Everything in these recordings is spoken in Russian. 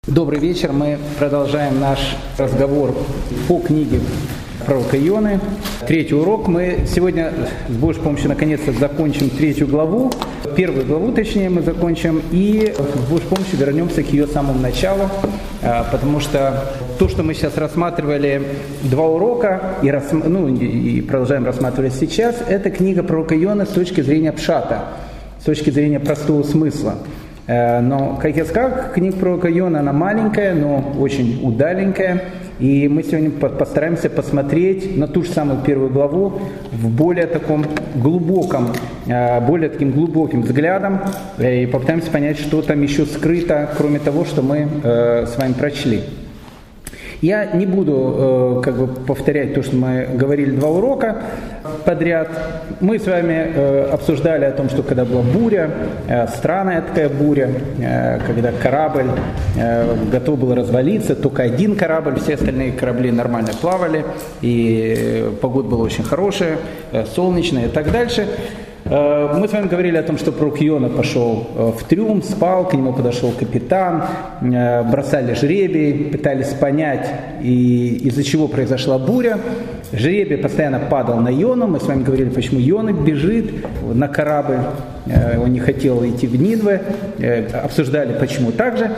Добрый вечер. Мы продолжаем наш разговор по книге пророка Ионы. Третий урок. Мы сегодня с Божьей помощью наконец-то закончим третью главу. Первую главу, точнее, мы закончим. И с Божьей помощью вернемся к ее самому началу. Потому что то, что мы сейчас рассматривали два урока и продолжаем рассматривать сейчас, это книга пророка Ионы с точки зрения пшата, с точки зрения простого смысла. Но, как я сказал, книга пророка Ионы, она маленькая, но очень удаленькая. И мы сегодня постараемся посмотреть на ту же самую первую главу в более таким глубоким взглядом. И попытаемся понять, что там еще скрыто, кроме того, что мы с вами прочли. Я не буду повторять то, что мы говорили два урока подряд. Мы с вами обсуждали о том, что когда была буря, странная такая буря, когда корабль готов был развалиться, только один корабль, все остальные корабли нормально плавали, и погода была очень хорошая, солнечная и так дальше. Мы с вами говорили о том, что пророк Иона пошел в трюм, спал, к нему подошел капитан, бросали жребий, пытались понять, из-за чего произошла буря. Жребий постоянно падал на Иону. Мы с вами говорили, почему Иона бежит на корабль, он не хотел идти в Нинве, обсуждали, почему так же.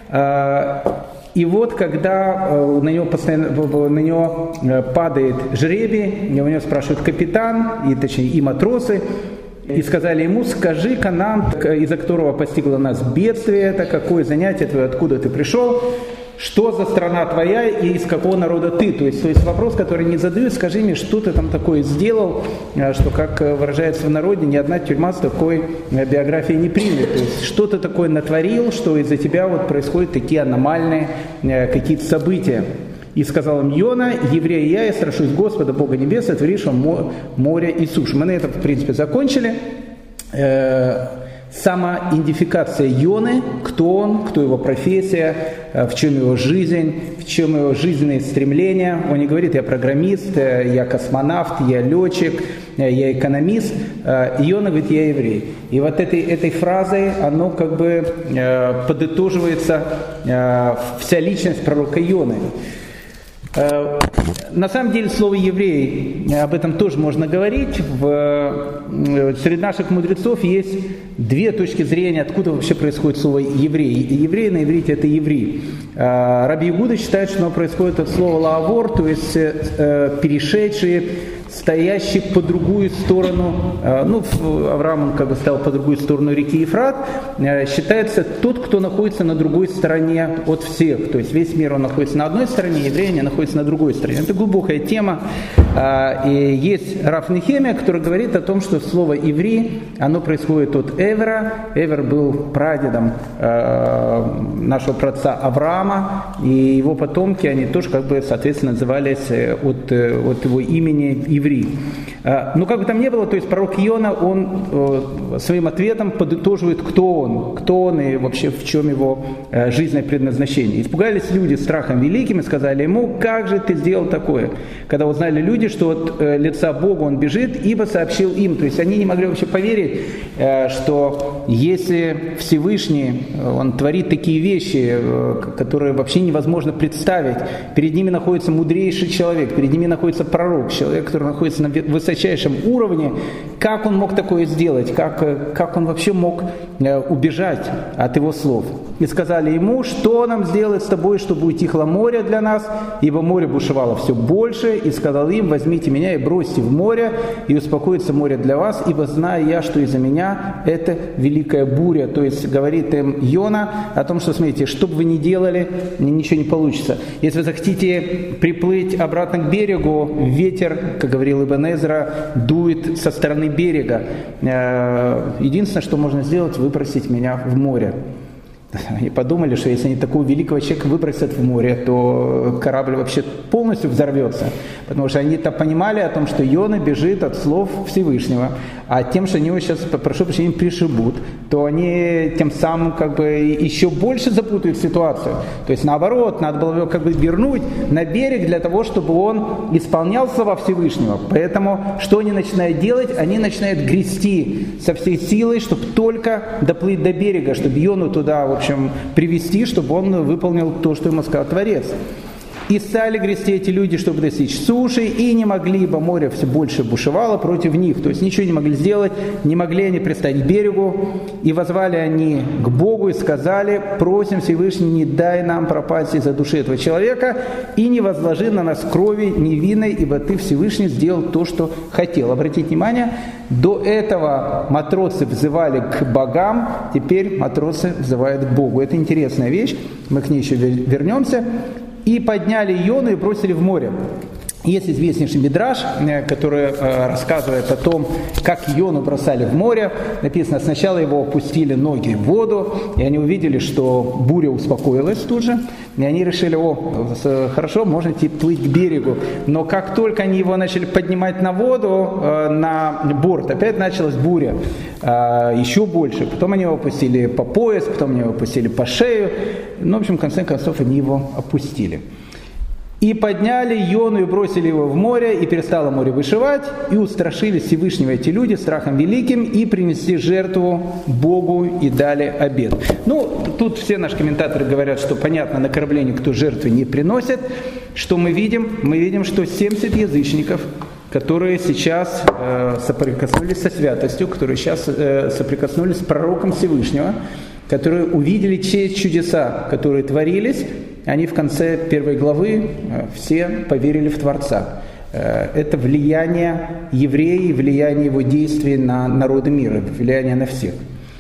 И вот, когда на него падает жребий, у него спрашивает капитан, и матросы, и сказали ему: скажи-ка нам, из-за которого постигло нас бедствие, это какое занятие твое, откуда ты пришел, что за страна твоя и из какого народа ты? То есть вопрос, который не задают: скажи мне, что ты там такое сделал, что, как выражается в народе, ни одна тюрьма с такой биографией не примет. То есть что ты такое натворил, что из-за тебя происходят такие аномальные какие-то события. И сказал им Иона: еврей я страшусь Господа, Бога небес, сотворившего море и сушу. Мы на этом, в принципе, закончили. Самоидентификация Ионы, кто он, кто его профессия, в чем его жизнь, в чем его жизненные стремления. Он не говорит: я программист, я космонавт, я летчик, я экономист. Иона говорит: я еврей. И вот этой фразой оно подытоживается вся личность пророка Ионы. На самом деле слово «еврей», об этом тоже можно говорить. Среди наших мудрецов есть две точки зрения, откуда вообще происходит слово «еврей». Еврей на иврите – это еврей. Раби Игуда считает, что оно происходит от слова «лаавор», то есть перешедшие, стоящий по другую сторону, Авраам стоял по другую сторону реки Ефрат, считается тот, кто находится на другой стороне от всех. То есть весь мир, он находится на одной стороне, евреи находятся на другой стороне. Это глубокая тема. И есть Рав Нехемия, который говорит о том, что слово «еврей», оно происходит от Эвера. Эвер был прадедом нашего праотца Авраама, и его потомки, они тоже соответственно назывались от его имени еврей. Но как бы там ни было, то есть пророк Иона, он своим ответом подытоживает, кто он и вообще в чем его жизненное предназначение. Испугались люди страхом великим и сказали ему: как же ты сделал такое? Когда узнали люди, что от лица Бога он бежит, ибо сообщил им. То есть они не могли вообще поверить, что если Всевышний, он творит такие вещи, которые вообще невозможно представить, перед ними находится мудрейший человек, перед ними находится пророк, человек, который находится на высочайшем уровне, как он мог такое сделать, как он вообще мог убежать от его слов. И сказали ему: что нам сделать с тобой, чтобы утихло море для нас, ибо море бушевало все больше. И сказал им: возьмите меня и бросьте в море, и успокоится море для вас, ибо знаю я, что из-за меня это великая буря. То есть говорит им Иона о том, что, смотрите, что бы вы ни делали, ничего не получится. Если вы захотите приплыть обратно к берегу, ветер, как говорил Ибн Эзра, дует со стороны берега. Единственное, что можно сделать, выбросить меня в море. Они подумали, что если они такого великого человека выбросят в море, то корабль вообще полностью взорвется. Потому что они-то понимали о том, что Иона бежит от слов Всевышнего. А тем, что они его сейчас, прошу прощения, пришибут, то они тем самым еще больше запутают ситуацию. То есть наоборот, надо было его вернуть на берег для того, чтобы он исполнял слова Всевышнего. Поэтому что они начинают делать? Они начинают грести со всей силой, чтобы только доплыть до берега, чтобы Иону туда общем, привести, чтобы он выполнил то, что ему сказал Творец. И стали грести эти люди, чтобы достичь суши, и не могли, ибо море все больше бушевало против них. То есть ничего не могли сделать, не могли они пристать к берегу. И возвали они к Богу и сказали: просим Всевышний, не дай нам пропасть из-за души этого человека, и не возложи на нас крови невинной, ибо ты, Всевышний, сделал то, что хотел. Обратите внимание, до этого матросы взывали к богам, теперь матросы взывают к Богу. Это интересная вещь, мы к ней еще вернемся. И подняли Иону и бросили в море. Есть известнейший мидраш, который рассказывает о том, как Иону бросали в море. Написано, сначала его опустили ноги в воду, и они увидели, что буря успокоилась тут же. И они решили: хорошо, можно плыть к берегу. Но как только они его начали поднимать на воду, на борт, опять началась буря. Еще больше. Потом они его опустили по пояс, потом они его опустили по шею. Ну, в общем, в конце концов, они его опустили. И подняли Иону и бросили его в море, и перестало море бушевать, и устрашили Всевышнего эти люди страхом великим, и принесли жертву Богу, и дали обет. Ну, тут все наши комментаторы говорят, что, понятно, на корабле никто жертвы не приносит. Что мы видим? Мы видим, что 70 язычников, которые сейчас соприкоснулись со святостью, которые сейчас соприкоснулись с пророком Всевышнего, которые увидели те чудеса, которые творились, они в конце первой главы все поверили в Творца. Это влияние евреев, влияние его действий на народы мира, влияние на всех.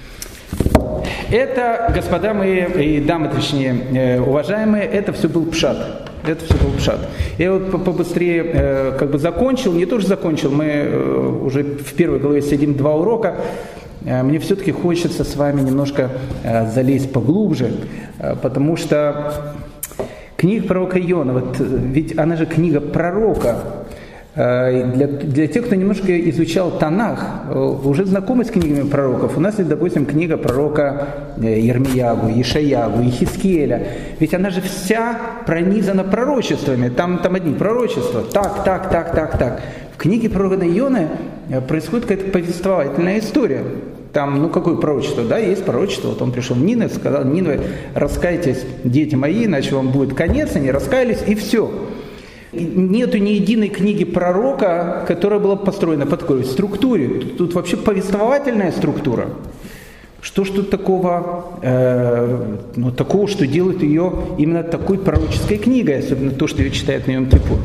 Это, господа мои и дамы, точнее, уважаемые, это все был пшат. Это все был пшат. Я вот побыстрее закончил, не то что закончил, мы уже в первой главе сидим 2 урока. Мне все-таки хочется с вами немножко залезть поглубже, потому что книга пророка Иона, ведь она же книга пророка. Для тех, кто немножко изучал Танах, уже знакомы с книгами пророков. У нас есть, допустим, книга пророка Ирмиягу, Ишаягу, Ихискеля. Ведь она же вся пронизана пророчествами. Там одни пророчества. Так. В книге пророка Ионы происходит какая-то повествовательная история. Там, какое пророчество? Да, есть пророчество. Вот он пришел в Нинве, сказал: Нинве, раскайтесь, дети мои, иначе вам будет конец. Они раскаялись, и все. Нету ни единой книги пророка, которая была построена по такой структуре. Тут вообще повествовательная структура. Что ж тут такого, такого, что делает ее именно такой пророческой книгой, особенно то, что ее читает на Йом-Кипур.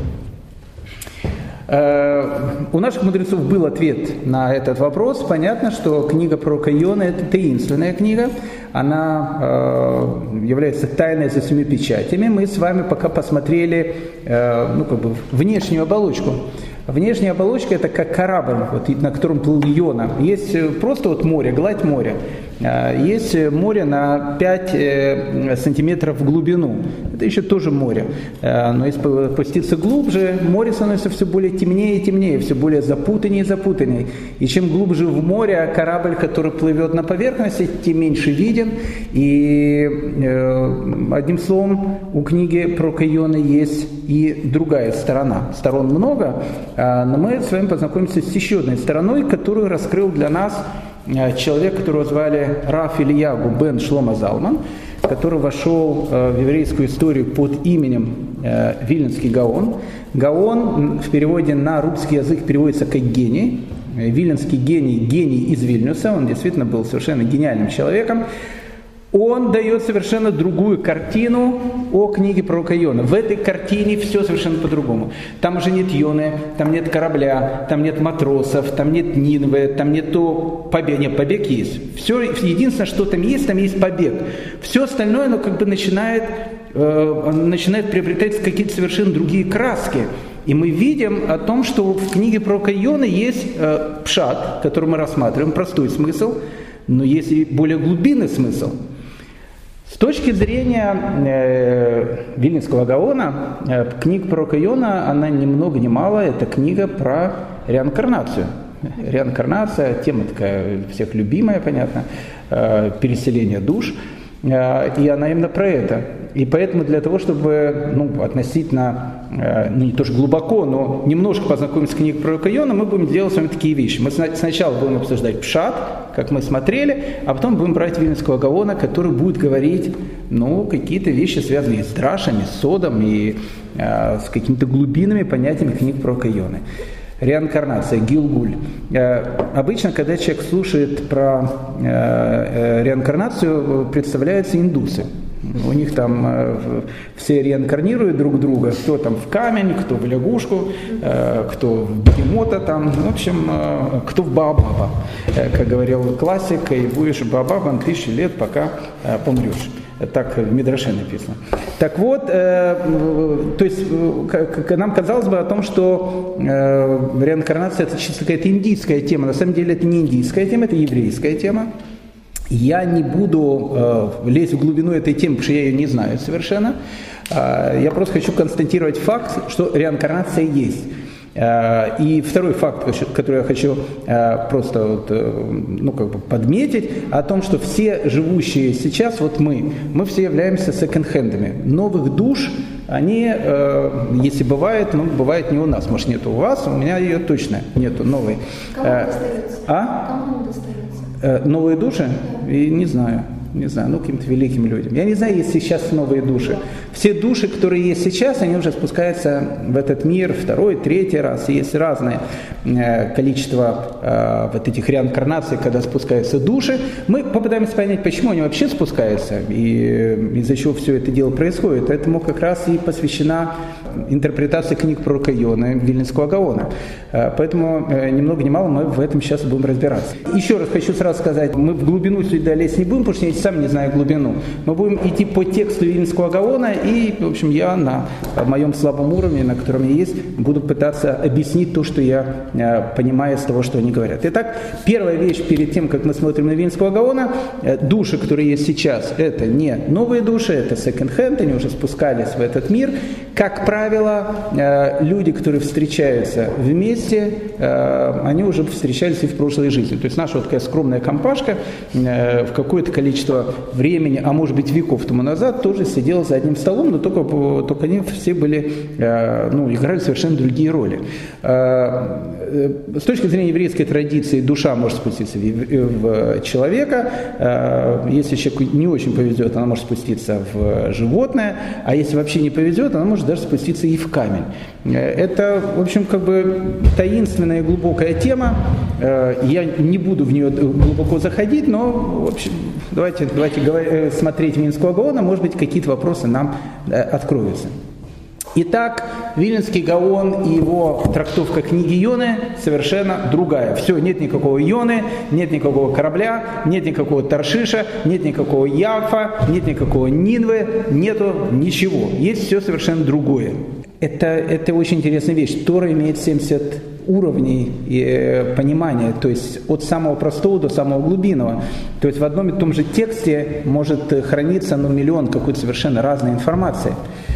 У наших мудрецов был ответ на этот вопрос. Понятно, что книга пророка Иона – это таинственная книга. Она является тайной за 7 печатями. Мы с вами пока посмотрели внешнюю оболочку. Внешняя оболочка – это как корабль, на котором плыл Иона. Есть просто море, гладь моря. Есть море на 5 сантиметров в глубину. Это еще тоже море. Но если спуститься глубже, море становится все более темнее и темнее, все более запутаннее и запутаннее. И чем глубже в море корабль, который плывет на поверхности, тем меньше виден. И одним словом, у книги пророка Ионы есть и другая сторона. Сторон много, но мы с вами познакомимся с еще одной стороной, которую раскрыл для нас человек, которого звали Рав Ильягу бен Шломо Залман, который вошел в еврейскую историю под именем Вильнинский Гаон. Гаон в переводе на русский язык переводится как гений. Вильнинский гений из Вильнюса, он действительно был совершенно гениальным человеком. Он дает совершенно другую картину о книге пророка Иона. В этой картине все совершенно по-другому. Там уже нет Ионы, там нет корабля, там нет матросов, там нет Нинвы, там нету побег. Нет, побег есть. Все, единственное, что там есть побег. Все остальное, оно начинает приобретать какие-то совершенно другие краски. И мы видим о том, что в книге пророка Ионы есть пшат, который мы рассматриваем, простой смысл, но есть и более глубинный смысл. С точки зрения Вильнинского Гаона, книга пророка Иона, она ни много ни мало, это книга про реинкарнацию. Реинкарнация, тема такая всех любимая, понятно, переселение душ. И она именно про это. И поэтому для того, чтобы относительно, не то что глубоко, но немножко познакомиться с книгой пророка Йона, мы будем делать с вами такие вещи. Мы сначала будем обсуждать Пшат, как мы смотрели, а потом будем брать Вильнюсского Гаона, который будет говорить какие-то вещи, связанные с драшами, с содом и с какими-то глубинными понятиями книг пророка Йоны. Реинкарнация, Гилгуль. Обычно, когда человек слушает про реинкарнацию, представляются индусы. У них там все реинкарнируют друг друга, кто там в камень, кто в лягушку, кто в бегемота там, в общем, кто в Баобаба, как говорил классик, и будешь Баобабом 1000 лет, пока помрешь. Так в Мидраше написано. Так вот, то есть нам казалось бы о том, что реинкарнация это чисто какая-то индийская тема. На самом деле это не индийская тема, это еврейская тема. Я не буду лезть в глубину этой темы, потому что я ее не знаю совершенно. Я просто хочу констатировать факт, что реинкарнация есть. И второй факт, который я хочу просто подметить, о том, что все живущие сейчас, мы все являемся секонд-хендами. Новых душ, они, если бывает, бывает не у нас. Может, нет у вас, у меня ее точно нету новой. Кому достается? Кому достается? Новые души? И не знаю, каким-то великим людям. Я не знаю, есть сейчас новые души. Все души, которые есть сейчас, они уже спускаются в этот мир второй, третий раз. И есть разное количество вот этих реинкарнаций, когда спускаются души. Мы попытаемся понять, почему они вообще спускаются и из-за чего все это дело происходит. Этому как раз и посвящена интерпретация книг пророка Йоны Вильнюсского Гаона. Поэтому ни много ни мало мы в этом сейчас будем разбираться. Еще раз хочу сразу сказать, мы в глубину сюда лезть не будем, потому что я сам не знаю глубину. Мы будем идти по тексту Вильнюсского Гаона, и, в общем, я на моем слабом уровне, на котором я есть, буду пытаться объяснить то, что я понимаю из того, что они говорят. Итак, первая вещь перед тем, как мы смотрим на Вильнюсского Гаона, души, которые есть сейчас, это не новые души, это second-hand, они уже спускались в этот мир. Как правило, люди, которые встречаются вместе, они уже встречались и в прошлой жизни. То есть наша вот такая скромная компашка в какое-то количество времени, а может быть веков тому назад, тоже сидела за одним столом, но только они все были, играли совершенно другие роли. С точки зрения еврейской традиции душа может спуститься в человека, если человеку не очень повезет, она может спуститься в животное, а если вообще не повезет, она может даже спуститься и в камень. Это, в общем, таинственная и глубокая тема. Я не буду в нее глубоко заходить, но, в общем, давайте смотреть Вильнюсского Гаона, может быть, какие-то вопросы нам откроются. Итак, Вильнюсский Гаон и его трактовка книги Йоны совершенно другая. Все, нет никакого Йоны, нет никакого корабля, нет никакого Таршиша, нет никакого Яфа, нет никакого Нинвы, нету ничего. Есть все совершенно другое. Это очень интересная вещь. Тора имеет 70 уровней понимания, то есть от самого простого до самого глубинного. То есть в одном и том же тексте может храниться миллион какой-то совершенно разной информации.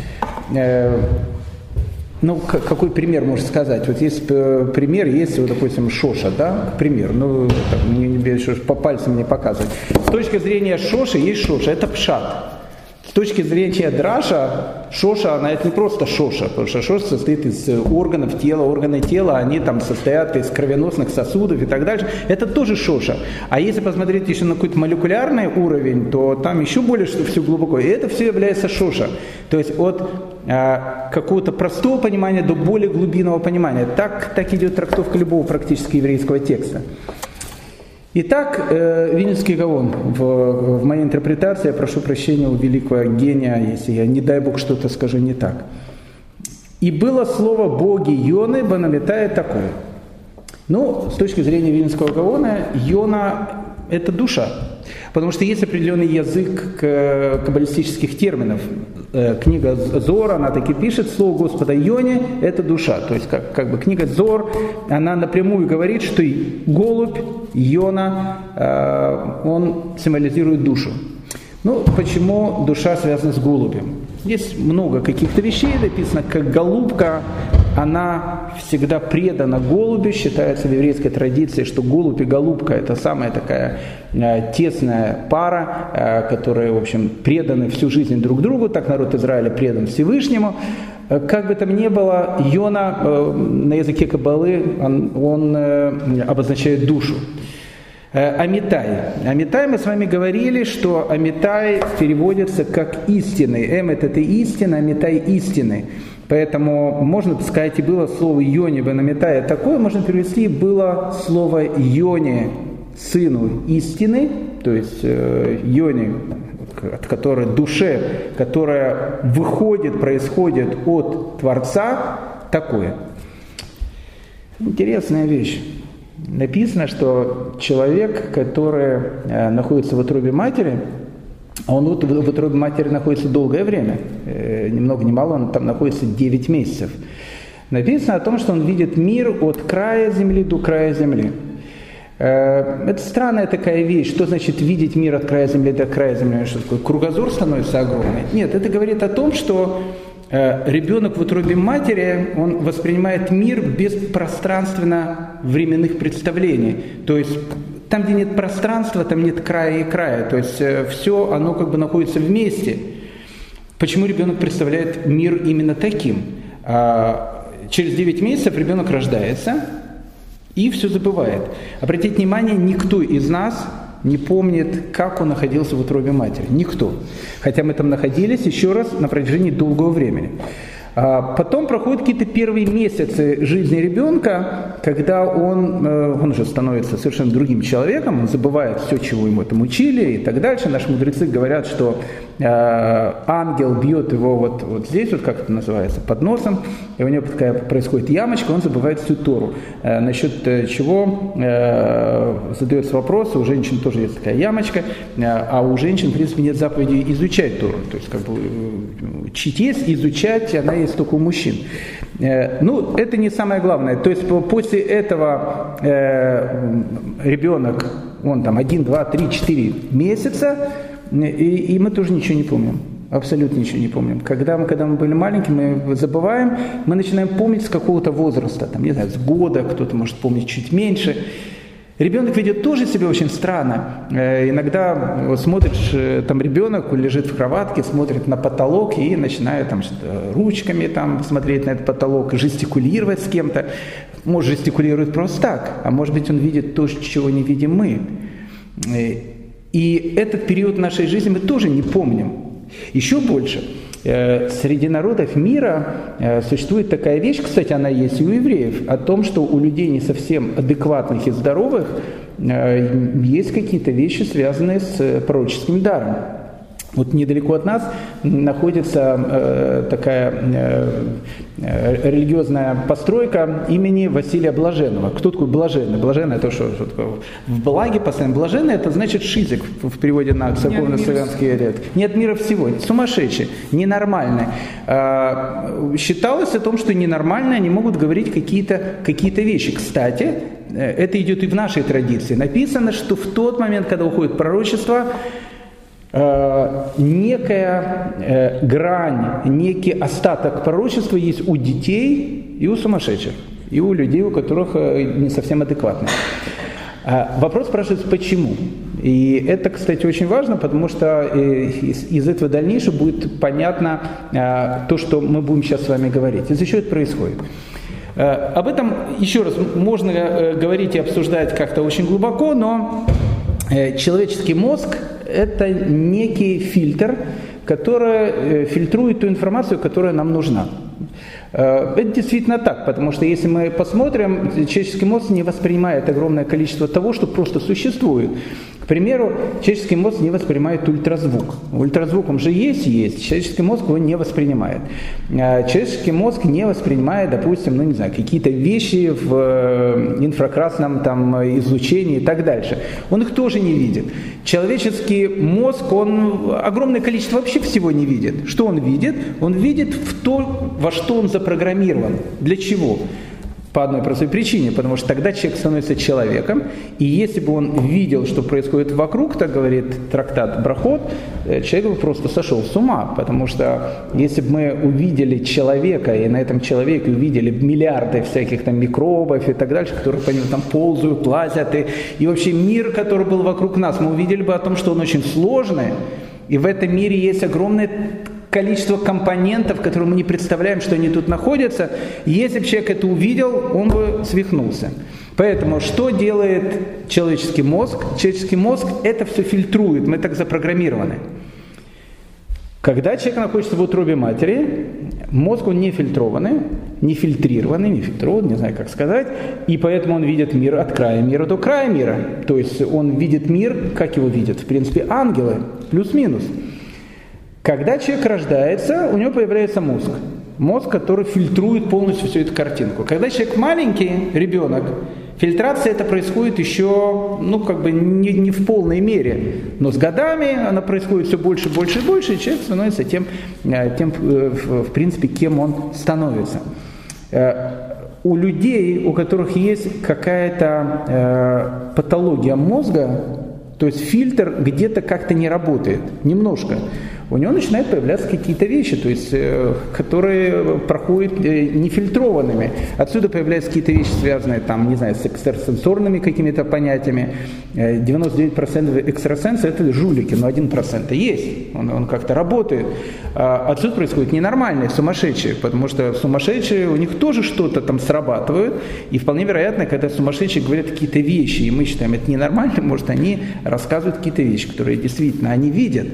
Какой пример можно сказать? Вот есть пример, есть, допустим, Шоша, да, к примеру, по пальцам не показывать. С точки зрения Шоши есть Шоша, это Пшат. С точки зрения Драша, Шоша, она это не просто Шоша, потому что Шоша состоит из органов тела, органы тела, они там состоят из кровеносных сосудов и так дальше. Это тоже Шоша. А если посмотреть еще на какой-то молекулярный уровень, то там еще более все глубоко. И это все является Шоша. То есть от какого-то простого понимания до более глубинного понимания. Так идет трактовка любого практически еврейского текста. Итак, Вильнюсский Гаон, в моей интерпретации, я прошу прощения у великого гения, если я, не дай Бог, что-то скажу не так. «И было слово Боги Йоны, банамитая такое». С точки зрения Вильнюсского Гаона, Йона – это душа. Потому что есть определенный язык каббалистических терминов. Книга Зор, она таки пишет, слово Господа Йоне – это душа. То есть книга Зор, она напрямую говорит, что голубь, Йона, он символизирует душу. Почему душа связана с голубем? Есть много каких-то вещей, написано, как голубка она всегда предана голубю. Считается в еврейской традиции, что голубь и голубка – это самая такая тесная пара, которые, в общем, преданы всю жизнь друг другу. Так народ Израиля предан Всевышнему. Как бы там ни было, Йона на языке Каббалы, он обозначает душу. Амитай. Амитай, мы с вами говорили, что Амитай переводится как истинный. Эмет – это истина, Амитай – истины. Поэтому можно сказать, и было слово Йони бен Амитай такое, можно перевести, было слово Йони, сыну истины, то есть Йони, от которой душе, которая выходит, происходит от Творца, такое. Интересная вещь. Написано, что человек, который находится в утробе матери, он в утробе матери находится долгое время, ни много ни мало, он там находится 9 месяцев. Написано о том, что он видит мир от края земли до края земли. Это странная такая вещь. Что значит видеть мир от края земли до края земли? Что такое? Кругозор становится огромный? Нет, это говорит о том, что ребенок в утробе матери, он воспринимает мир без пространственно-временных представлений. То есть там, где нет пространства, там нет края и края. То есть все, оно как бы находится вместе. Почему ребенок представляет мир именно таким? Через 9 месяцев ребенок рождается и все забывает. Обратите внимание, никто из нас не помнит, как он находился в утробе матери. Никто. Хотя мы там находились, еще раз, на протяжении долгого времени. Потом проходят какие-то первые месяцы жизни ребенка, когда он уже становится совершенно другим человеком, он забывает все, чего ему там учили и так дальше. Наши мудрецы говорят, что ангел бьет его вот здесь, вот как это называется, под носом, и у него такая происходит ямочка, он забывает всю Тору. Насчет чего задается вопрос, у женщин тоже есть такая ямочка, а у женщин, в принципе, нет заповеди изучать Тору. То есть, как бы, читать, изучать, она есть только у мужчин. Ну, это не самое главное. То есть, после этого ребенок, он там 1, 2, 3, 4 месяца, и мы тоже ничего не помним. Абсолютно ничего не помним. Когда мы были маленькими, мы забываем, мы начинаем помнить с какого-то возраста, там, не знаю, с года, кто-то может помнить чуть меньше. Ребенок ведет тоже себя очень странно. Иногда вот смотришь, там ребенок лежит в кроватке, смотрит на потолок и начинает там ручками там смотреть на этот потолок, жестикулировать с кем-то. Может, жестикулирует просто так, а может быть, он видит то, чего не видим мы. И этот период нашей жизни мы тоже не помним. Еще больше. Среди народов мира существует такая вещь, кстати, она есть и у евреев, о том, что у людей не совсем адекватных и здоровых есть какие-то вещи, связанные с пророческим даром. Вот недалеко от нас находится такая религиозная постройка имени Василия Блаженного. Кто такой Блаженный? Блаженный – это что такое? В благе постоянно. Блаженный – это значит шизик в переводе на церковно-славянский язык. Нет мира всего. Сумасшедший, ненормальный. Считалось о том, что ненормальные они могут говорить какие-то вещи. Кстати, это идет и в нашей традиции. Написано, что в тот момент, когда уходит пророчество, некая грань, некий остаток пророчества есть у детей и у сумасшедших, и у людей, у которых не совсем адекватно. Вопрос спрашивается, почему? И это, кстати, очень важно, потому что из этого дальнейшего будет понятно то, что мы будем сейчас с вами говорить. Из-за чего это происходит? Об этом, еще раз, можно говорить и обсуждать как-то очень глубоко, но человеческий мозг – это некий фильтр, который фильтрует ту информацию, которая нам нужна. Это действительно так, потому что если мы посмотрим, человеческий мозг не воспринимает огромное количество того, что просто существует. К примеру, человеческий мозг не воспринимает ультразвук. Ультразвук он же есть, человеческий мозг его не воспринимает. Человеческий мозг не воспринимает, допустим, какие-то вещи в инфракрасном излучении и так дальше. Он их тоже не видит. Человеческий мозг, он огромное количество вообще всего не видит. Что он видит? Он видит в то, во что он запрограммирован. Для чего? По одной простой причине, потому что тогда человек становится человеком, и если бы он видел, что происходит вокруг, так говорит трактат Брахот, человек бы просто сошел с ума, потому что если бы мы увидели человека, и на этом человеке увидели миллиарды всяких там микробов и так дальше, которые по нему там ползают, лазят, и вообще мир, который был вокруг нас, мы увидели бы о том, что он очень сложный, и в этом мире есть огромное количество компонентов, которые мы не представляем, что они тут находятся. Если бы человек это увидел, он бы свихнулся. Поэтому что делает человеческий мозг? Человеческий мозг это все фильтрует, мы так запрограммированы. Когда человек находится в утробе матери, мозг он не фильтрованный, не фильтрован, не знаю как сказать, и поэтому он видит мир от края мира до края мира. То есть он видит мир, как его видят, в принципе, ангелы, плюс-минус. Когда человек рождается, у него появляется мозг. Мозг, который фильтрует полностью всю эту картинку. Когда человек маленький, ребенок, фильтрация это происходит еще, не в полной мере. Но с годами она происходит все больше, больше и больше, и человек становится тем, в принципе, кем он становится. У людей, у которых есть какая-то патология мозга, то есть фильтр где-то как-то не работает, немножко, у него начинают появляться какие-то вещи, то есть, которые проходят нефильтрованными. Отсюда появляются какие-то вещи, связанные с экстрасенсорными какими-то понятиями. 99% экстрасенсов это жулики, но 1% есть, он как-то работает. Отсюда происходит ненормальные, сумасшедшие, потому что сумасшедшие, у них тоже что-то там срабатывает, и вполне вероятно, когда сумасшедшие говорят какие-то вещи, и мы считаем это ненормально, может они рассказывают какие-то вещи, которые действительно они видят.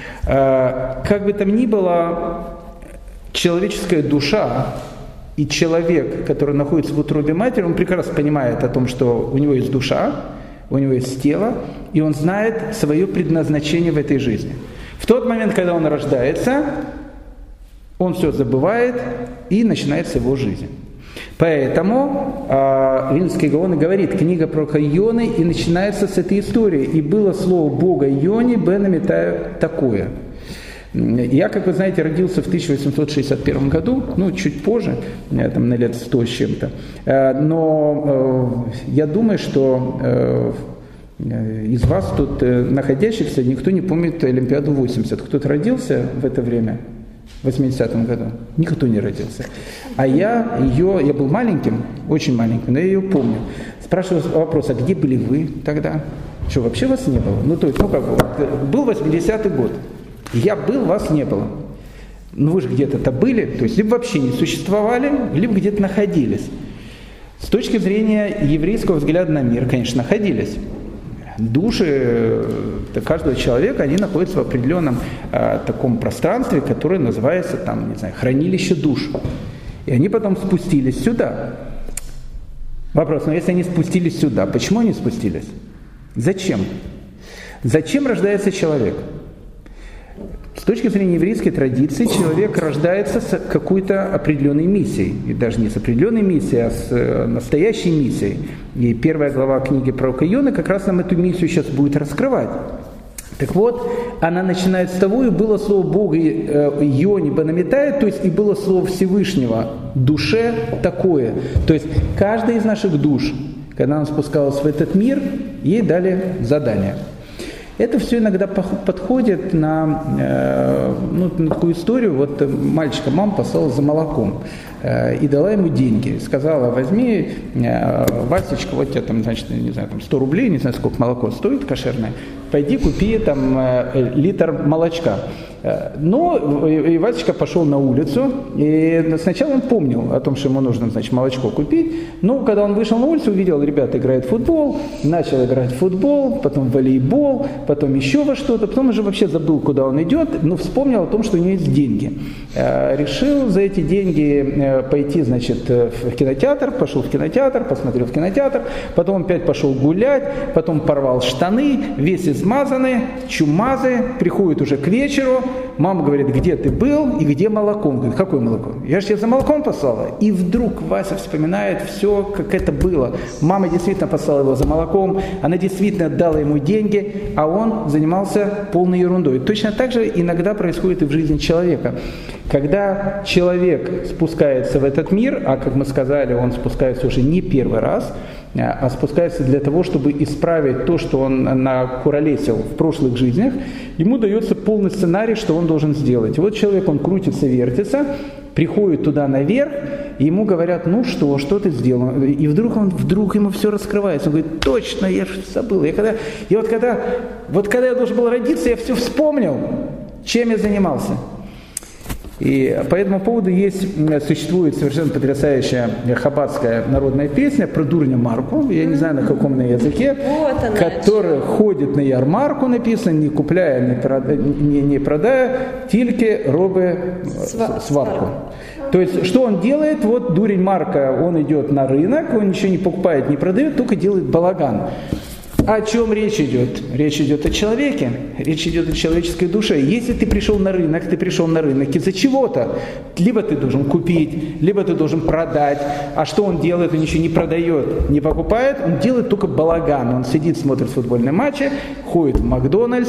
Как бы там ни было, человеческая душа и человек, который находится в утробе матери, он прекрасно понимает о том, что у него есть душа, у него есть тело, и он знает свое предназначение в этой жизни. В тот момент, когда он рождается, он все забывает, и начинается его жизнь. Поэтому Вильнюсский Гаон говорит, книга про Йоны, и начинается с этой истории. «И было слово Бога Йоне, бен Амитаю такое». Я, как вы знаете, родился в 1861 году, чуть позже, на лет 100 с чем-то. Но я думаю, что из вас тут находящихся никто не помнит Олимпиаду 80. Кто-то родился в это время? В 80-м году. Никто не родился. А я был маленьким, очень маленьким, но я ее помню. Спрашиваю вопрос, а где были вы тогда? Что, вообще вас не было? Был 80-й год. Я был, вас не было. Вы же где-то были, то есть либо вообще не существовали, либо где-то находились. С точки зрения еврейского взгляда на мир, конечно, находились. Души каждого человека, они находятся в определенном таком пространстве, которое называется хранилище душ. И они потом спустились сюда. Вопрос, если они спустились сюда, почему они спустились? Зачем? Зачем рождается человек? С точки зрения еврейской традиции, человек рождается с какой-то определенной миссией. И даже не с определенной миссией, а с настоящей миссией. И первая глава книги пророка Йоны как раз нам эту миссию сейчас будет раскрывать. Так вот, она начинает с того, и было слово Бога Йоне бен Амитаю, то есть и было слово Всевышнего душе такое. То есть каждая из наших душ, когда она спускалась в этот мир, ей дали задание. Это все иногда подходит на такую историю. Вот мальчика мама послала за молоком и дала ему деньги. Сказала, возьми, Васечка, вот тебе там, 100 рублей, не знаю, сколько молоко стоит кошерное, пойди купи литр молочка. Но и Васечка пошел на улицу, и сначала он помнил о том, что ему нужно, молочко купить, но когда он вышел на улицу, увидел, ребята играют в футбол, начал играть в футбол, потом в волейбол, потом еще во что-то, потом уже вообще забыл, куда он идет, но вспомнил о том, что у него есть деньги. Решил за эти деньги пойти, в кинотеатр, пошел в кинотеатр, посмотрел в кинотеатр, потом опять пошел гулять, потом порвал штаны, весь измазанный, чумазый, приходит уже к вечеру, мама говорит, где ты был и где молоко? Он говорит, какое молоко? Я же тебя за молоком послала. И вдруг Вася вспоминает все, как это было. Мама действительно послала его за молоком, она действительно дала ему деньги, а он занимался полной ерундой. Точно так же иногда происходит и в жизни человека. Когда человек спускается в этот мир, а как мы сказали, он спускается уже не первый раз, а спускается для того, чтобы исправить то, что он накуролесил в прошлых жизнях, ему дается полный сценарий, что он должен сделать. И вот человек, он крутится, вертится, приходит туда наверх, и ему говорят, ну что ты сделал? И вдруг ему все раскрывается. Он говорит, точно, я же забыл. Когда я должен был родиться, я все вспомнил, чем я занимался. И по этому поводу существует совершенно потрясающая хаббатская народная песня про дурня Марку, я не знаю на каком языке, который ходит на ярмарку, написано, не купляя, не продая, тільки робить сварку. То есть, что он делает? Вот дурень Марка, он идет на рынок, он ничего не покупает, не продает, только делает балаган. О чем речь идет? Речь идет о человеке, речь идет о человеческой душе. Если ты пришел на рынок из-за чего-то. Либо ты должен купить, либо ты должен продать. А что он делает? Он ничего не продает, не покупает, он делает только балаган. Он сидит, смотрит футбольные матчи, ходит в Макдональдс,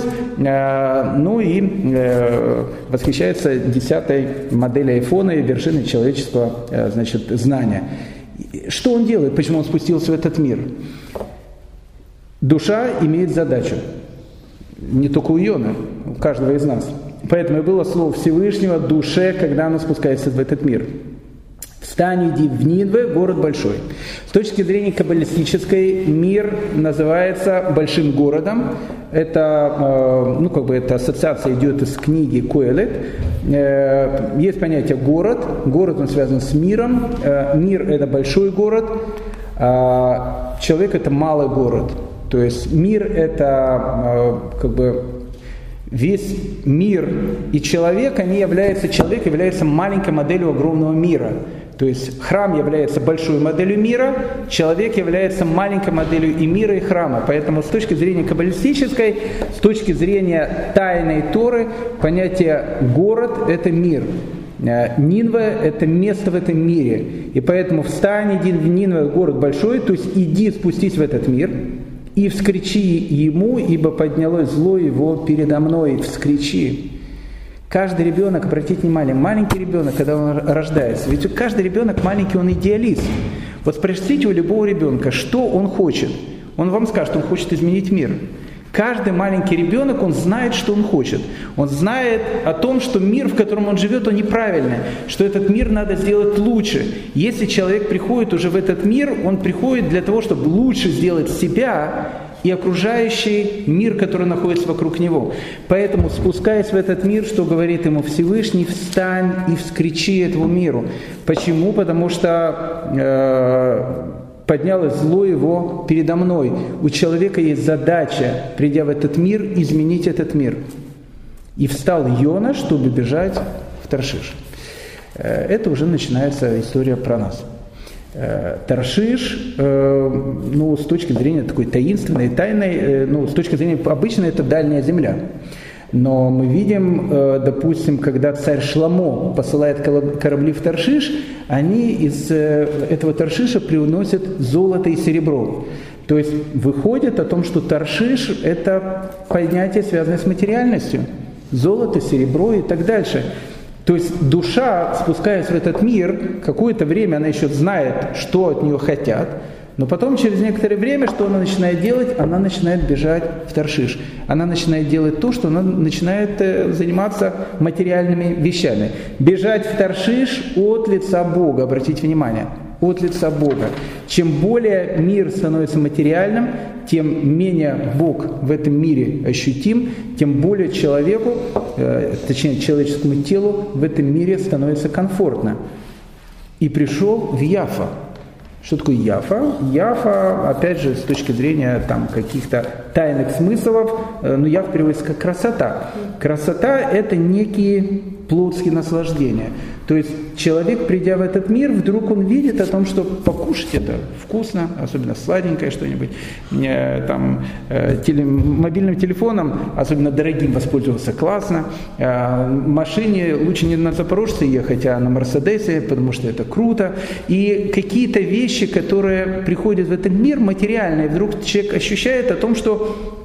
восхищается 10-й моделью айфона и вершиной человеческого знания. Что он делает? Почему он спустился в этот мир? Душа имеет задачу. Не только у Йоны, у каждого из нас. Поэтому и было слово Всевышнего душе, когда она спускается в этот мир. Встань, иди в Нинве, город большой. С точки зрения каббалистической, мир называется большим городом. Это, эта ассоциация идет из книги Коэлет. Есть понятие город. Город, он связан с миром. Мир – это большой город. Человек – это малый город. То есть мир – это весь мир и человек, человек является маленькой моделью огромного мира. То есть храм является большой моделью мира, человек является маленькой моделью и мира, и храма. Поэтому с точки зрения каббалистической, с точки зрения тайной Торы, понятие «город» – это мир. Нинве – это место в этом мире. И поэтому встань, иди в Нинве, город большой, то есть иди, спустись в этот мир, и вскричи ему, ибо поднялось зло его передо мной, вскричи. Каждый ребенок, обратите внимание, маленький ребенок, когда он рождается, ведь каждый ребенок маленький, он идеалист. Вот спросите у любого ребенка, что он хочет. Он вам скажет, он хочет изменить мир. Каждый маленький ребенок, он знает, что он хочет. Он знает о том, что мир, в котором он живет, он неправильный, что этот мир надо сделать лучше. Если человек приходит уже в этот мир, он приходит для того, чтобы лучше сделать себя и окружающий мир, который находится вокруг него. Поэтому, спускаясь в этот мир, что говорит ему Всевышний, встань и вскричи этому миру. Почему? Потому что поднялось зло его передо мной. У человека есть задача, придя в этот мир, изменить этот мир. И встал Йона, чтобы бежать в Таршиш. Это уже начинается история про нас. Таршиш, с точки зрения такой таинственной, тайной, с точки зрения обычной, это дальняя земля. Но мы видим, допустим, когда царь Шломо посылает корабли в Таршиш, они из этого Таршиша приносят золото и серебро. То есть выходит о том, что Таршиш – это понятие, связанное с материальностью. Золото, серебро и так дальше. То есть душа, спускаясь в этот мир, какое-то время она еще знает, что от нее хотят, но потом, через некоторое время, что она начинает делать? Она начинает бежать в Таршиш. Она начинает делать то, что она начинает заниматься материальными вещами. Бежать в Таршиш от лица Бога, обратите внимание, от лица Бога. Чем более мир становится материальным, тем менее Бог в этом мире ощутим, тем более человеку, точнее человеческому телу в этом мире становится комфортно. И пришел в Яфа. Что такое Яфа? Яфа, опять же, с точки зрения каких-то тайных смыслов, Яфа переводится как красота. Красота – это некие плотские наслаждения. То есть человек, придя в этот мир, вдруг он видит о том, что покушать это вкусно, особенно сладенькое что-нибудь, мобильным телефоном, особенно дорогим, воспользоваться классно, машине лучше не на Запорожце ехать, а на Мерседесе, потому что это круто, и какие-то вещи, которые приходят в этот мир материальные, вдруг человек ощущает о том, что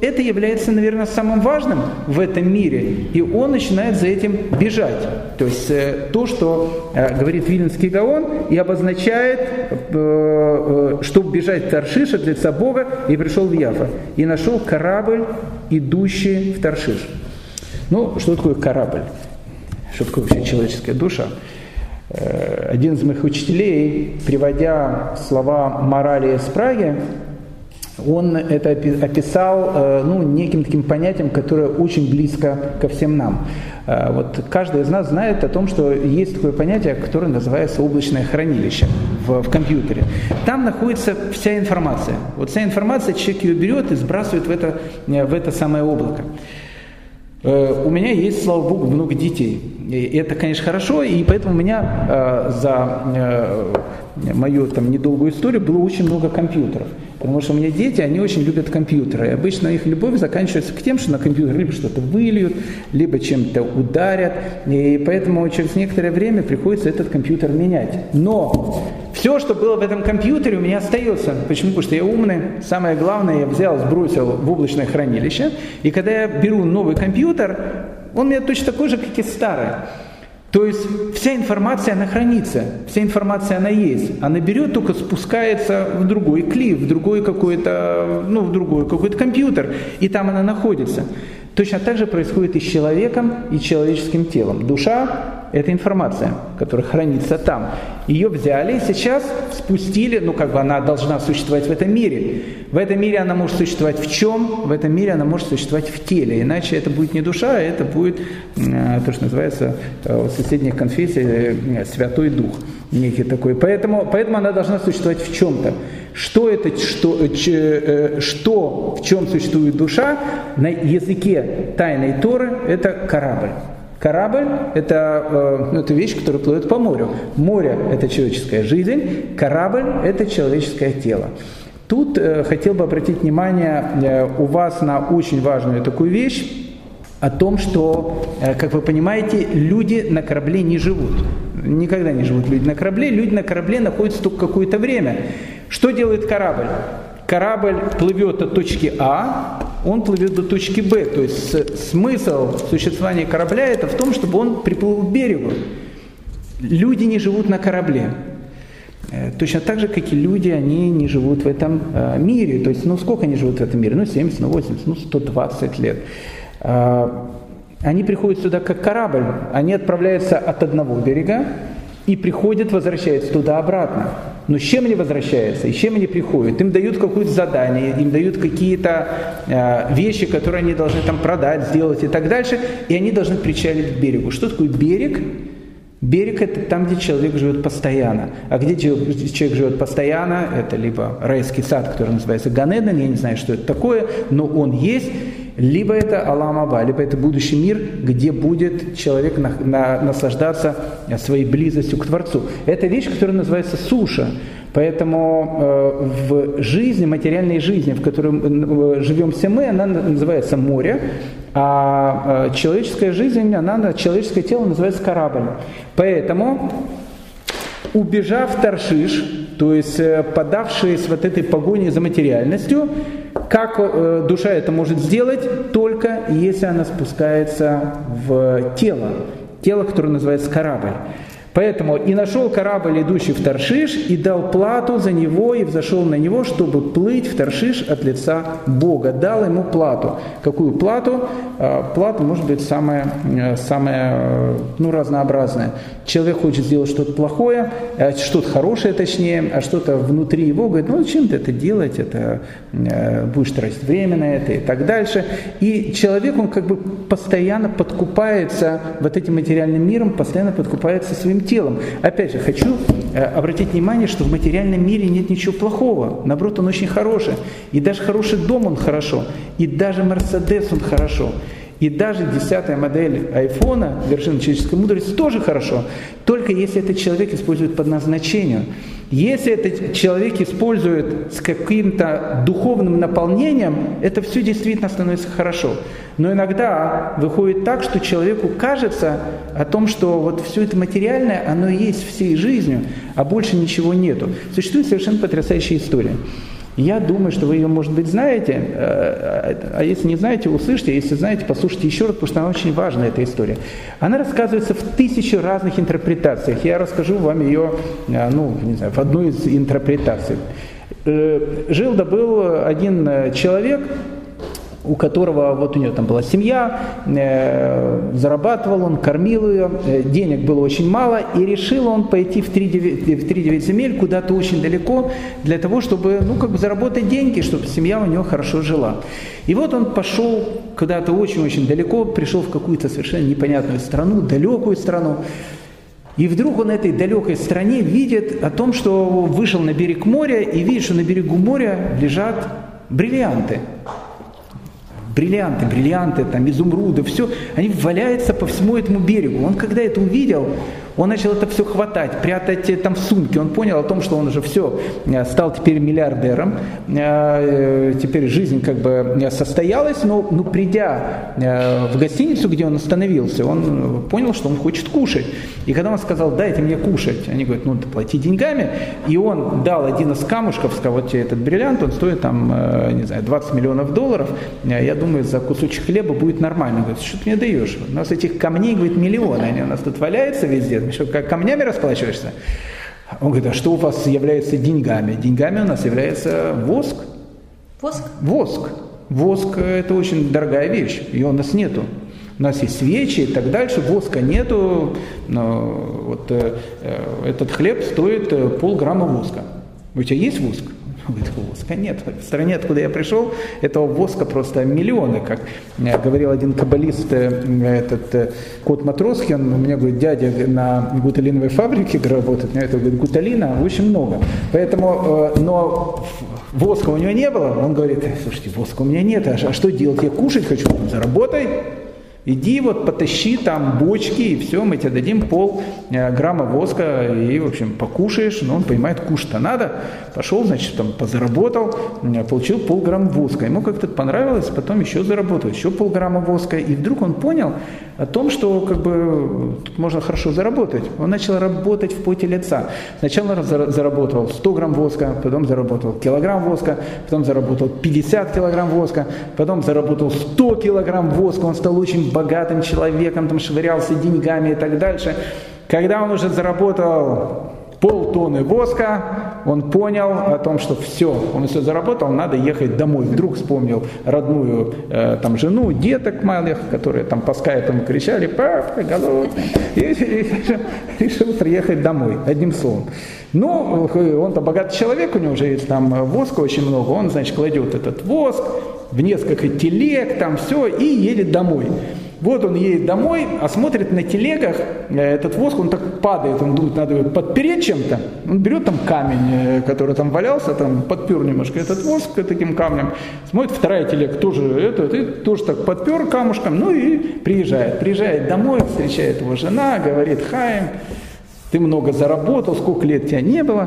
это является, наверное, самым важным в этом мире, и он начинает за этим бежать. То есть то, что говорит Виленский Гаон, и обозначает, чтобы бежать в Таршиш от лица Бога, и пришел в Яффа, и нашел корабль, идущий в Таршиш. Ну, что такое корабль? Что такое вообще человеческая душа? Один из моих учителей, приводя слова Морали из Праги, он это описал неким таким понятием, которое очень близко ко всем нам. Вот каждый из нас знает о том, что есть такое понятие, которое называется облачное хранилище в компьютере. Там находится вся информация. Вот вся информация, человек ее берет и сбрасывает в это самое облако. У меня есть, слава Богу, много детей. И это, конечно, хорошо, и поэтому у меня за мою недолгую историю было очень много компьютеров. Потому что у меня дети, они очень любят компьютеры. И обычно их любовь заканчивается к тем, что на компьютер либо что-то выльют, либо чем-то ударят. И поэтому через некоторое время приходится этот компьютер менять. Но все, что было в этом компьютере, у меня остается. Почему? Потому что я умный. Самое главное, я взял, сбросил в облачное хранилище. И когда я беру новый компьютер, он у меня точно такой же, как и старый. То есть вся информация, она хранится, вся информация, она есть. Она берет, только спускается в другой клип, в другой какой-то компьютер, и там она находится. Точно так же происходит и с человеком, и человеческим телом. Душа – это информация, которая хранится там. Ее взяли и сейчас спустили, она должна существовать в этом мире. В этом мире она может существовать в чем? В этом мире она может существовать в теле. Иначе это будет не душа, а это будет то, что называется в соседней конфессии Святой Дух. Некий такой. Поэтому она должна существовать в чем-то. Что в чем существует душа, на языке тайной Торы это корабль. Корабль – это вещь, которая плывет по морю. Море – это человеческая жизнь, корабль – это человеческое тело. Тут хотел бы обратить внимание у вас на очень важную такую вещь, о том, что, как вы понимаете, люди на корабле не живут. Никогда не живут люди на корабле. Люди на корабле находятся только какое-то время. Что делает корабль? Корабль плывет от точки А, он плывет до точки Б. То есть смысл существования корабля это в том, чтобы он приплыл к берегу. Люди не живут на корабле. Точно так же, как и люди, они не живут в этом мире. То есть, сколько они живут в этом мире? 70, 80, 120 лет. Они приходят сюда как корабль. Они отправляются от одного берега и приходят, возвращаются туда-обратно. Но с чем они возвращаются и с чем они приходят? Им дают какое-то задание, им дают какие-то вещи, которые они должны продать, сделать и так дальше, и они должны причалить к берегу. Что такое берег? Берег – это там, где человек живет постоянно. А где человек живет постоянно, это либо райский сад, который называется Ганеден, я не знаю, что это такое, но он есть, либо это Алам Аба, либо это будущий мир, где будет человек наслаждаться своей близостью к Творцу. Это вещь, которая называется суша. Поэтому в жизни, материальной жизни, в которой живем все мы, она называется море, а человеческая жизнь, человеческое тело называется корабль. Поэтому, убежав в Таршиш, то есть подавшись этой погоне за материальностью, как душа это может сделать? Только если она спускается в тело, которое называется корабль. Поэтому и нашел корабль, идущий в Таршиш, и дал плату за него, и взошел на него, чтобы плыть в Таршиш от лица Бога. Дал ему плату. Какую плату? Плата может быть самая разнообразная. Человек хочет сделать что-то плохое, что-то хорошее точнее, а что-то внутри его говорит, зачем ты это делать, это будешь тратить время на это и так дальше. И человек, он постоянно подкупается этим материальным миром, постоянно подкупается своим телом. Опять же, хочу обратить внимание, что в материальном мире нет ничего плохого. Наоборот, он очень хороший. И даже хороший дом он хорошо. И даже Мерседес он хорошо. И даже 10-я модель айфона, вершина человеческой мудрости, тоже хорошо. Только если этот человек использует по назначению. Если этот человек использует с каким-то духовным наполнением, это все действительно становится хорошо. Но иногда выходит так, что человеку кажется о том, что все это материальное, оно и есть всей жизнью, а больше ничего нету. Существует совершенно потрясающая история. Я думаю, что вы ее, может быть, знаете, а если не знаете, услышьте, а если знаете, послушайте еще раз, потому что она очень важна, эта история. Она рассказывается в 1000 разных интерпретациях. Я расскажу вам ее, в одной из интерпретаций. Жил-да был один человек, у которого, вот у него там была семья, зарабатывал он, кормил ее, денег было очень мало, и решил он пойти в 3-9 земель куда-то очень далеко, для того, чтобы, заработать деньги, чтобы семья у него хорошо жила. И вот он пошел куда-то очень-очень далеко, пришел в какую-то совершенно непонятную страну, далекую страну, и вдруг он этой далекой стране видит о том, что вышел на берег моря, и видит, что на берегу моря лежат бриллианты. Бриллианты, там, изумруды, все, они валяются по всему этому берегу. Он когда это увидел, он начал это все хватать, прятать там в сумке. Он понял о том, что он уже все, стал теперь миллиардером, теперь жизнь состоялась, но придя в гостиницу, где он остановился, он понял, что он хочет кушать. И когда он сказал: дайте мне кушать, они говорят: плати деньгами. И он дал один из камушков, сказал: вот тебе этот бриллиант, он стоит там, $20 миллионов. Я думаю, за кусочек хлеба будет нормально. Он говорит: что ты мне даешь? У нас этих камней, говорит, миллионы, они у нас тут валяются везде. Что, как камнями расплачиваешься? Он говорит: а что у вас является деньгами? Деньгами у нас является воск. Воск. Воск – это очень дорогая вещь, ее у нас нету. У нас есть свечи и так дальше, воска нету, но этот хлеб стоит полграмма воска. У тебя есть воск? Он говорит: воска нет. В стране, откуда я пришел, этого воска просто миллионы. Как говорил один каббалист, Кот Матроскин, у меня, говорит, дядя на гуталиновой фабрике работает, у меня этого, говорит, гуталина очень много. Поэтому, но воска у него не было. Он говорит: слушайте, воска у меня нет, а что делать? Я кушать хочу, заработай. Иди потащи там бочки, и все, мы тебе дадим полграмма воска, и, в общем, покушаешь. Но он понимает, кушать-то надо. Пошел, значит, там позаработал, получил полграмма воска. Ему как-то понравилось, потом еще заработал, еще полграмма воска. И вдруг он понял о том, что тут можно хорошо заработать. Он начал работать в поте лица. Сначала он заработал 100 грамм воска, потом заработал килограмм воска, потом заработал 50 килограмм воска, потом заработал 100 килограмм воска. Он стал очень богатым человеком, там швырялся деньгами и так дальше. Когда он уже заработал полтонны воска, он понял о том, что все, он все заработал, надо ехать домой. Вдруг вспомнил родную жену, деток малых, которые там по скайпу кричали: папа, голодный. И решил приехать домой, одним словом. Он-то богатый человек, у него уже есть там воска очень много, он, значит, кладет этот воск в несколько телег, там все, и едет домой. Вот он едет домой, а смотрит на телегах, этот воск, он так падает, он думает, надо его подпереть чем-то. Он берет там камень, который там валялся, там подпер немножко этот воск таким камнем, смотрит, вторая телега тоже и тоже так подпер камушком, и приезжает. Приезжает домой, встречает его жена, говорит: Хаим, ты много заработал, сколько лет тебя не было,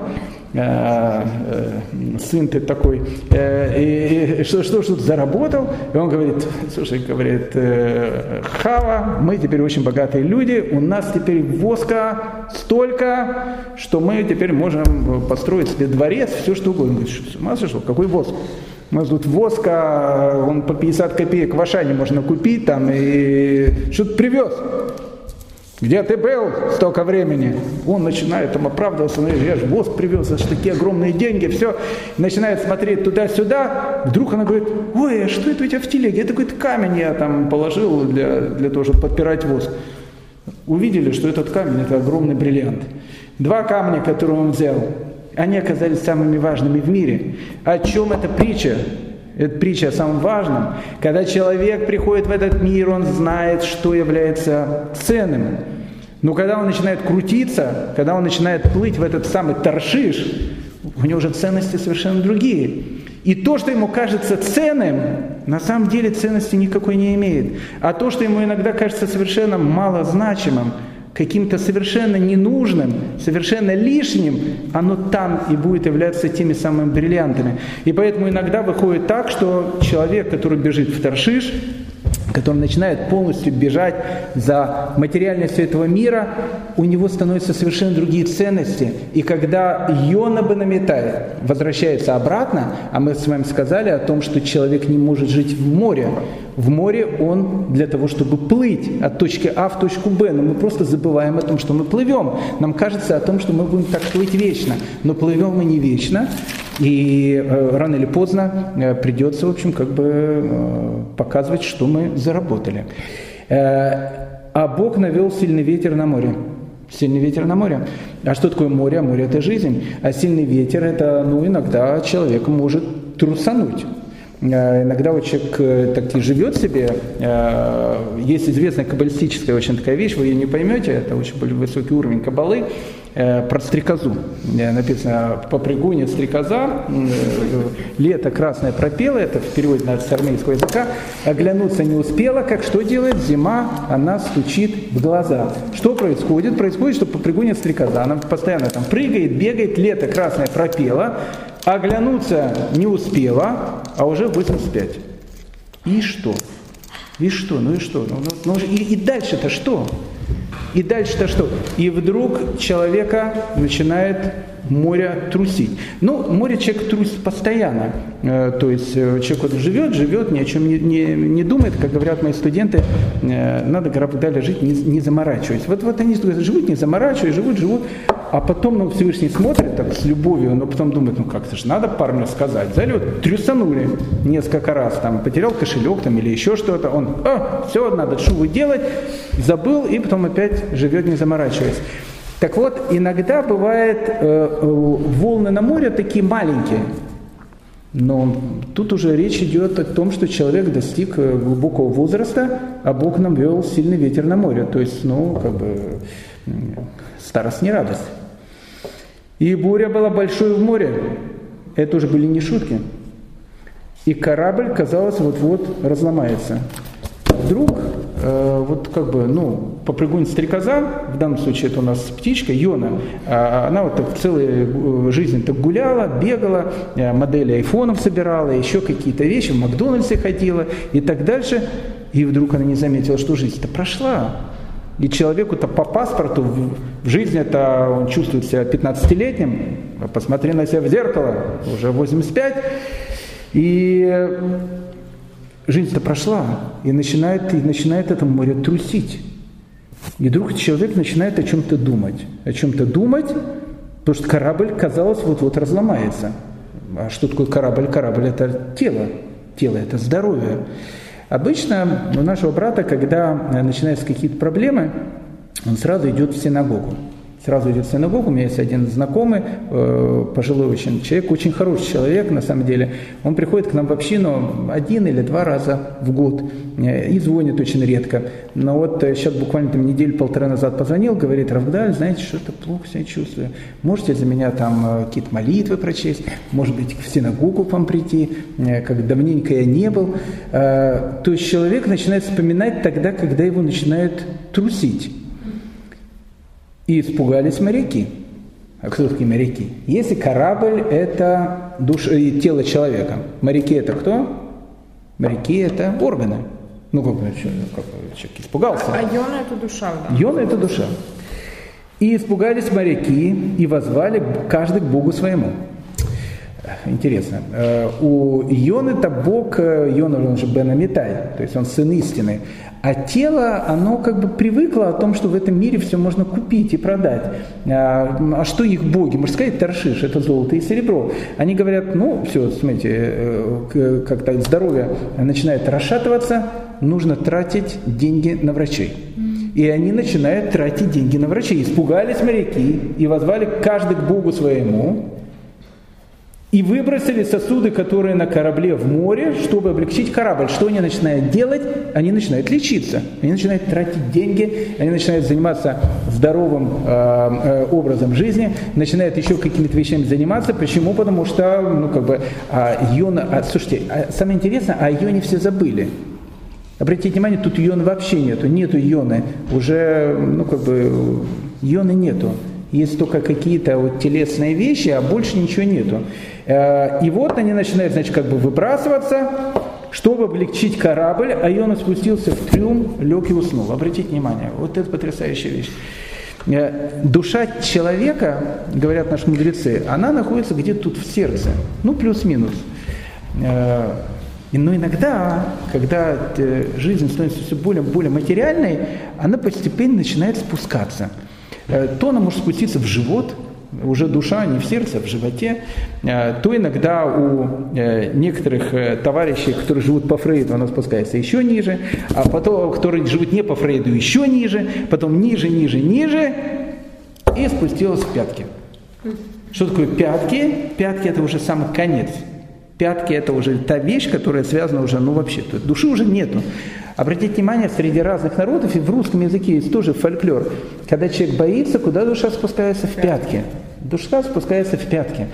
сын ты такой, и что тут заработал? И он говорит: слушай, говорит, Хава, мы теперь очень богатые люди, у нас теперь воска столько, что мы теперь можем построить себе дворец, все что угодно. Он говорит: что, с ума сошел? Какой воск? У нас тут воска, он по 50 копеек в Ашане можно купить, там, и что ты привез? Где ты был столько времени? Он начинает там оправдываться: я же воск привез, это же такие огромные деньги, все. Начинает смотреть туда-сюда. Вдруг она говорит: ой, а что это у тебя в телеге? Это какой-то камень я там положил для того, чтобы подпирать воск. Увидели, что этот камень — это огромный бриллиант. 2 камня, которые он взял, они оказались самыми важными в мире. О чем эта притча? Это притча о самом важном. Когда человек приходит в этот мир, он знает, что является ценным. Но когда он начинает крутиться, когда он начинает плыть в этот самый Таршиш, у него уже ценности совершенно другие. И то, что ему кажется ценным, на самом деле ценности никакой не имеет. А то, что ему иногда кажется совершенно малозначимым, каким-то совершенно ненужным, совершенно лишним, оно там и будет являться теми самыми бриллиантами. И поэтому иногда выходит так, что человек, который бежит в Таршиш, который начинает полностью бежать за материальностью этого мира, у него становятся совершенно другие ценности. И когда Йона Бен-Амиттай возвращается обратно, а мы с вами сказали о том, что человек не может жить в море. В море он для того, чтобы плыть от точки А в точку Б, но мы просто забываем о том, что мы плывем. Нам кажется о том, что мы будем так плыть вечно, но плывем мы не вечно. И рано или поздно придется, в общем, как бы показывать, что мы заработали. А Бог навел сильный ветер на море. Сильный ветер на море. А что такое море? Море – это жизнь. А сильный ветер – это, иногда человек может трусануть. Иногда вот человек так и живет себе. Есть известная каббалистическая очень такая вещь, вы ее не поймете, это очень высокий уровень каббалы, про стрекозу. Написано: попрыгунья стрекоза, лето красное пропела, это в переводе с армейского языка, оглянуться не успела, как что делает? Зима, она стучит в глаза. Что происходит? Происходит, что попрыгунья стрекоза, она постоянно там прыгает, бегает, лето красное пропела, оглянуться не успела, а уже 85. И что? И что? И что? И дальше-то что? И дальше-то что? И вдруг человека начинает море трусить. Море человек трусит постоянно. То есть человек вот живет, ни о чем не думает. Как говорят мои студенты, надо гораздо далее жить, не заморачиваясь. Вот они живут, не заморачиваясь, живут. А потом Всевышний смотрит так с любовью, но потом думает, как-то же надо парню сказать. Взяли, вот трюсанули несколько раз, там, потерял кошелек там, или еще что-то. Он, все, надо шувы делать, забыл, и потом опять живет, не заморачиваясь. Так вот, иногда бывает волны на море такие маленькие, но тут уже речь идет о том, что человек достиг глубокого возраста, а Бог нам вел сильный ветер на море. То есть, старость не радость. И буря была большой в море. Это уже были не шутки. И корабль, казалось, вот-вот разломается. Вдруг, попрыгунья стрекоза, в данном случае это у нас птичка, Йона, она вот так целую жизнь так гуляла, бегала, модели айфонов собирала, еще какие-то вещи, в Макдональдсе ходила и так дальше. И вдруг она не заметила, что жизнь-то прошла. И человеку-то по паспорту в жизни-то он чувствует себя 15-летним, посмотри на себя в зеркало, уже 85, и жизнь-то прошла, и начинает это море трусить. И вдруг человек начинает о чем-то думать, потому что корабль, казалось, вот-вот разломается. А что такое корабль? Корабль – это тело это здоровье. Обычно у нашего брата, когда начинаются какие-то проблемы, он сразу идет в синагогу. У меня есть один знакомый, пожилой очень человек, очень хороший человек на самом деле. Он приходит к нам в общину 1 или 2 раза в год и звонит очень редко. Но вот сейчас буквально неделю-полторы назад позвонил, говорит: Рав Гдаль, знаете, что-то плохо себя чувствую. Можете за меня там какие-то молитвы прочесть, может быть, в синагогу к вам прийти, как давненько я не был. То есть человек начинает вспоминать тогда, когда его начинает трусить. И испугались моряки. А кто такие моряки? Если корабль – это тело человека, моряки – это кто? Моряки – это органы. Человек испугался. А Йона – это душа, да? Йона – это душа. И испугались моряки, и воззвали каждый к Богу своему. Интересно. У Йоны-то Бог, Йона, он же Бен-Амиттай, то есть он сын истины. А тело, оно привыкло о том, что в этом мире все можно купить и продать. А что их боги? Можно сказать, Таршиш, это золото и серебро. Они говорят, все, смотрите, как-то здоровье начинает расшатываться, нужно тратить деньги на врачей. И они начинают тратить деньги на врачей. Испугались моряки и воззвали каждый к Богу своему, и выбросили сосуды, которые на корабле в море, чтобы облегчить корабль. Что они начинают делать? Они начинают лечиться. Они начинают тратить деньги, они начинают заниматься здоровым образом жизни, начинают еще какими-то вещами заниматься. Почему? Потому что, слушайте, самое интересное, о Йоне все забыли. Обратите внимание, тут Йоны вообще нету Йоны. Уже, Йоны нету. Есть только какие-то телесные вещи, а больше ничего нету. И вот они начинают, выбрасываться. чтобы облегчить корабль, а Иона спустился в трюм, лег и уснул. Обратите внимание, вот это потрясающая вещь. Душа человека, говорят наши мудрецы, она находится где-то тут в сердце, плюс-минус. Но иногда, когда жизнь становится все более и более материальной, она постепенно начинает спускаться. То она может спуститься в живот, уже душа не в сердце, а в животе, то иногда у некоторых товарищей, которые живут по Фрейду, она спускается еще ниже, а потом, которые живут не по Фрейду, еще ниже, потом ниже, и спустилась в пятки. Что такое пятки? Пятки – это уже самый конец. Пятки – это уже та вещь, которая связана уже, вообще, то есть души уже нету. Обратите внимание, среди разных народов, и в русском языке есть тоже фольклор, когда человек боится, куда душа спускается? В пятки. Душа спускается в пятки.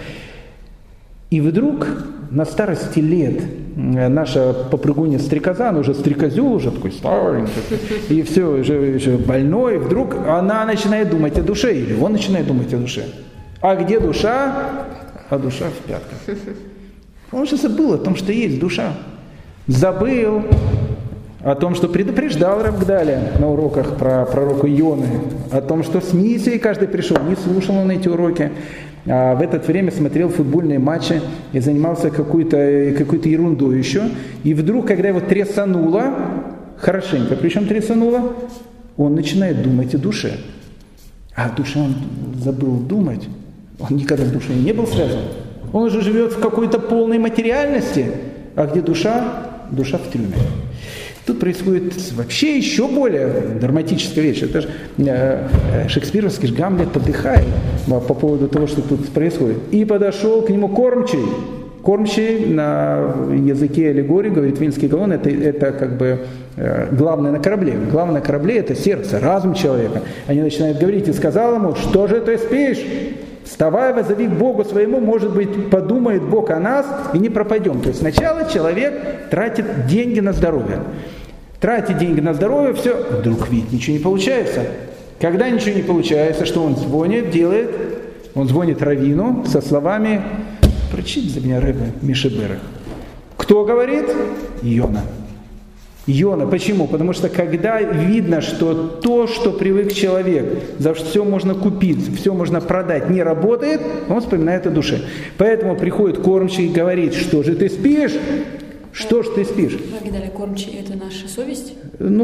И вдруг на старости лет наша попрыгунья-стрекоза, она уже стрекозел, уже такой старенький, и все, уже больной, вдруг она начинает думать о душе, или он начинает думать о душе. А где душа? А душа в пятках. Он же забыл о том, что есть душа. Забыл о том, что предупреждал Рав Гдаля на уроках про пророка Ионы, о том, что с миссией каждый пришел, не слушал он эти уроки, а в это время смотрел футбольные матчи и занимался какой-то ерундой еще. И вдруг, когда его трясануло, хорошенько, причем трясануло, он начинает думать о душе. А в душе он забыл думать, он никогда с душой не был связан. Он уже живет в какой-то полной материальности, а где душа? Душа в трюме. Тут происходит вообще еще более драматическая вещь. Это же шекспировский Гамлет подыхает по поводу того, что тут происходит. И подошел к нему кормчий. Кормчий на языке аллегории, говорит Вильнский Гаон, это как бы главное на корабле. Главное на корабле – это сердце, разум человека. Они начинают говорить, и сказал ему, что же ты спишь? Вставай, возови к Богу своему, может быть, подумает Бог о нас и не пропадем. То есть сначала человек тратит деньги на здоровье. Тратит деньги на здоровье, все, вдруг видит, ничего не получается. Когда ничего не получается, что он делает? Он звонит раввину со словами «Прочти за меня рыбы Мишеберах». Кто говорит? Иона. Иона. Почему? Потому что когда видно, что то, что привык человек, за что все можно купить, все можно продать, не работает, он вспоминает о душе. Поэтому приходит кормчий и говорит, что же ты спишь? Что ж ты спишь? Кормчий – это наша совесть?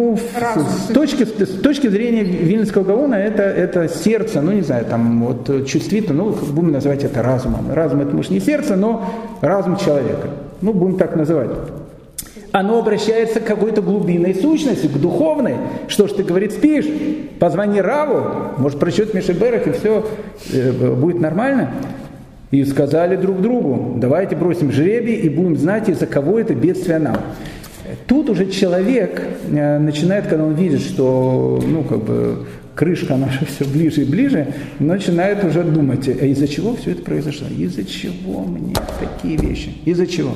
С точки зрения Вильнского Гаона это сердце, не знаю, чувствительно, будем называть это разумом. Разум – это, может, не сердце, но разум человека. Будем так называть. Оно обращается к какой-то глубинной сущности, к духовной. Что ж ты, говорит, спишь? Позвони Раву, может, прочтет Мишеберах, и все будет нормально. И сказали друг другу, давайте бросим жребий и будем знать, из-за кого это бедствие нам. Тут уже человек начинает, когда он видит, что, крышка наша все ближе и ближе, начинает уже думать, а из-за чего все это произошло? Из-за чего мне такие вещи? Из-за чего?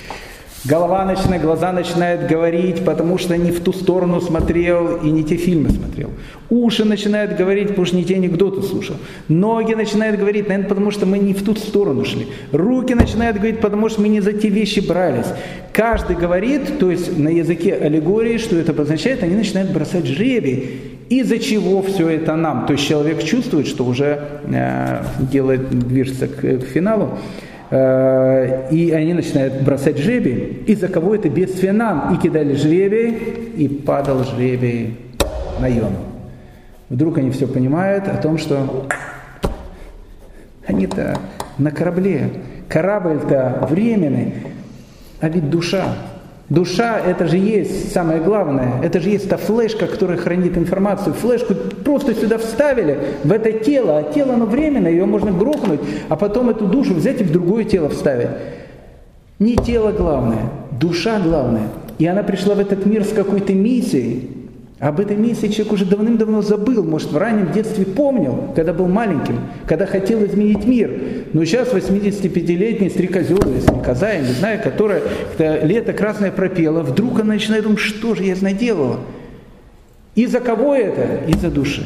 Глаза начинают говорить, потому что не в ту сторону смотрел и не те фильмы смотрел. Уши начинают говорить, потому что не те анекдоты слушал. Ноги начинают говорить, наверное, потому что мы не в ту сторону шли. Руки начинают говорить, потому что мы не за те вещи брались. Каждый говорит, то есть на языке аллегории, что это обозначает, они начинают бросать жребий. Из-за чего все это нам? То есть человек чувствует, что уже движется к финалу. И они начинают бросать жребий, из-за кого это бедствие нам. И кидали жребий, и падал жребий на Иону. Вдруг они все понимают о том, что они-то на корабле. Корабль-то временный, а ведь душа. Душа – это же есть самое главное, это же есть та флешка, которая хранит информацию. Флешку просто сюда вставили, в это тело, а тело оно временное, ее можно грохнуть, а потом эту душу взять и в другое тело вставить. Не тело главное, душа главная. И она пришла в этот мир с какой-то миссией. Об этой миссии человек уже давным-давно забыл, может, в раннем детстве помнил, когда был маленьким, когда хотел изменить мир. Но сейчас 85-летний стрекозел, или стрекоза, я не знаю, которая лето красное пропела, вдруг она начинает думать, что же я наделала? Из-за кого это? Из-за души.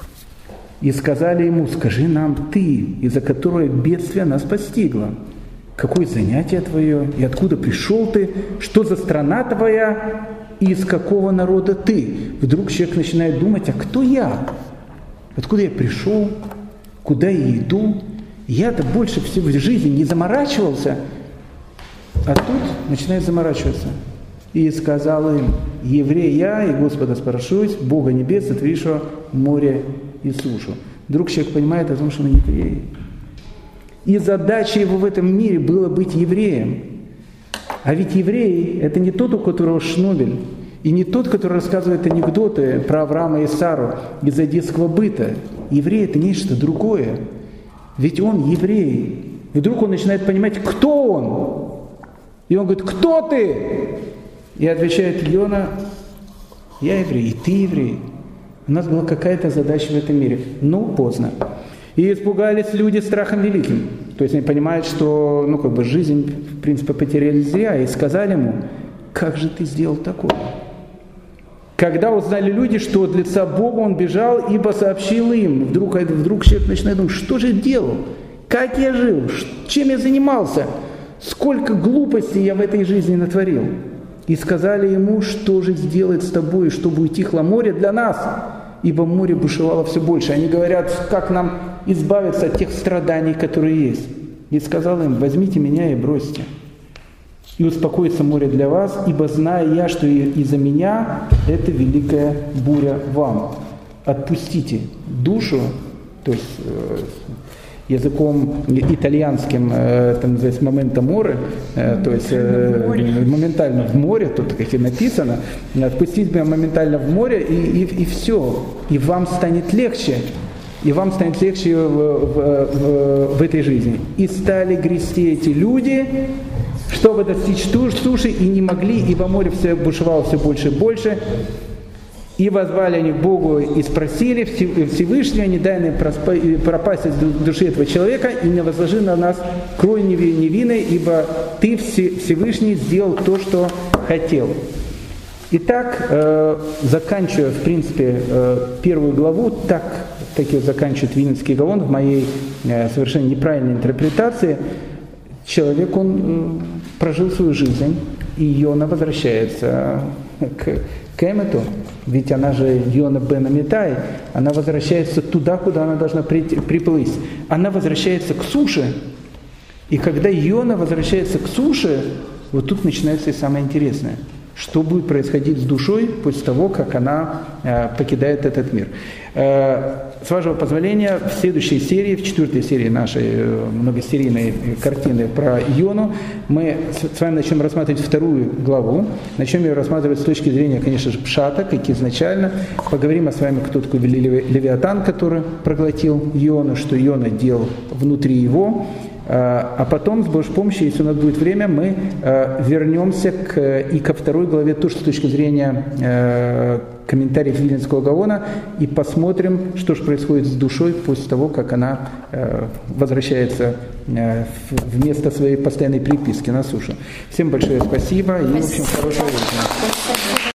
И сказали ему, скажи нам ты, из-за которой бедствие нас постигло. какое занятие твое, и откуда пришел ты, что за страна твоя, и из какого народа ты. Вдруг человек начинает думать, а кто я? Откуда я пришел? Куда я иду? Я-то больше всего в жизни не заморачивался, а тут начинает заморачиваться. И сказал им: еврей я, и Господа спрашусь, Бога небес, сотворившего море и сушу. Вдруг человек понимает о том, что он еврей. И задача его в этом мире было быть евреем. А ведь еврей – это не тот, у которого шнобель, и не тот, который рассказывает анекдоты про Авраама и Сару из одесского быта. Еврей – это нечто другое. Ведь он еврей. И вдруг он начинает понимать, кто он. И он говорит: кто ты? И отвечает Йона: я еврей, и ты еврей. У нас была какая-то задача в этом мире. Но поздно. И испугались люди страхом великим. То есть они понимают, что жизнь, в принципе, потеряли зря. И сказали ему: как же ты сделал такое? Когда узнали люди, что от лица Бога он бежал, ибо сообщил им. Вдруг человек начинает думать: что же я делал? Как я жил? Чем я занимался? Сколько глупостей я в этой жизни натворил? И сказали ему: что же сделать с тобой, чтобы утихло море для нас? Ибо море бушевало все больше. Они говорят: как нам избавиться от тех страданий, которые есть? И сказал им: возьмите меня и бросьте. И успокоится море для вас, ибо знаю я, что из-за меня это великая буря вам. Отпустите душу, то есть языком итальянским, это называется «момента море», то есть моментально в море, тут как и написано, отпустить меня моментально в море, и все, и вам станет легче. И вам станет легче в этой жизни. И стали грести эти люди, чтобы достичь суши, и не могли, ибо море все бушевало все больше и больше. И воззвали они к Богу и спросили: Всевышний, не дай нам пропасть из души этого человека, и не возложи на нас кровь невинной, ибо ты, Всевышний, сделал то, что хотел. Итак, заканчивая, в принципе, первую главу, так и заканчивает Вильнюсский Гаон в моей совершенно неправильной интерпретации. Человек, он прожил свою жизнь, и Йона возвращается к Эмету, ведь она же Йона бен Амитай, она возвращается туда, куда она должна приплыть. Она возвращается к суше, и когда Йона возвращается к суше, вот тут начинается и самое интересное. Что будет происходить с душой после того, как она покидает этот мир. С вашего позволения, в следующей серии, в 4-й серии нашей многосерийной картины про Йону, мы с вами начнем рассматривать 2 главу. Начнем ее рассматривать с точки зрения, конечно же, пшата, как изначально. Поговорим с вами, кто такой Левиатан, который проглотил Йону, что Йона делал внутри его. А потом, с Божьей помощью, если у нас будет время, мы вернемся и ко 2 главе, тоже с точки зрения комментариев Вильнюсского Гаона, и посмотрим, что же происходит с душой после того, как она возвращается в место своей постоянной приписки на суше. Всем большое спасибо и, в общем, хорошего вечера.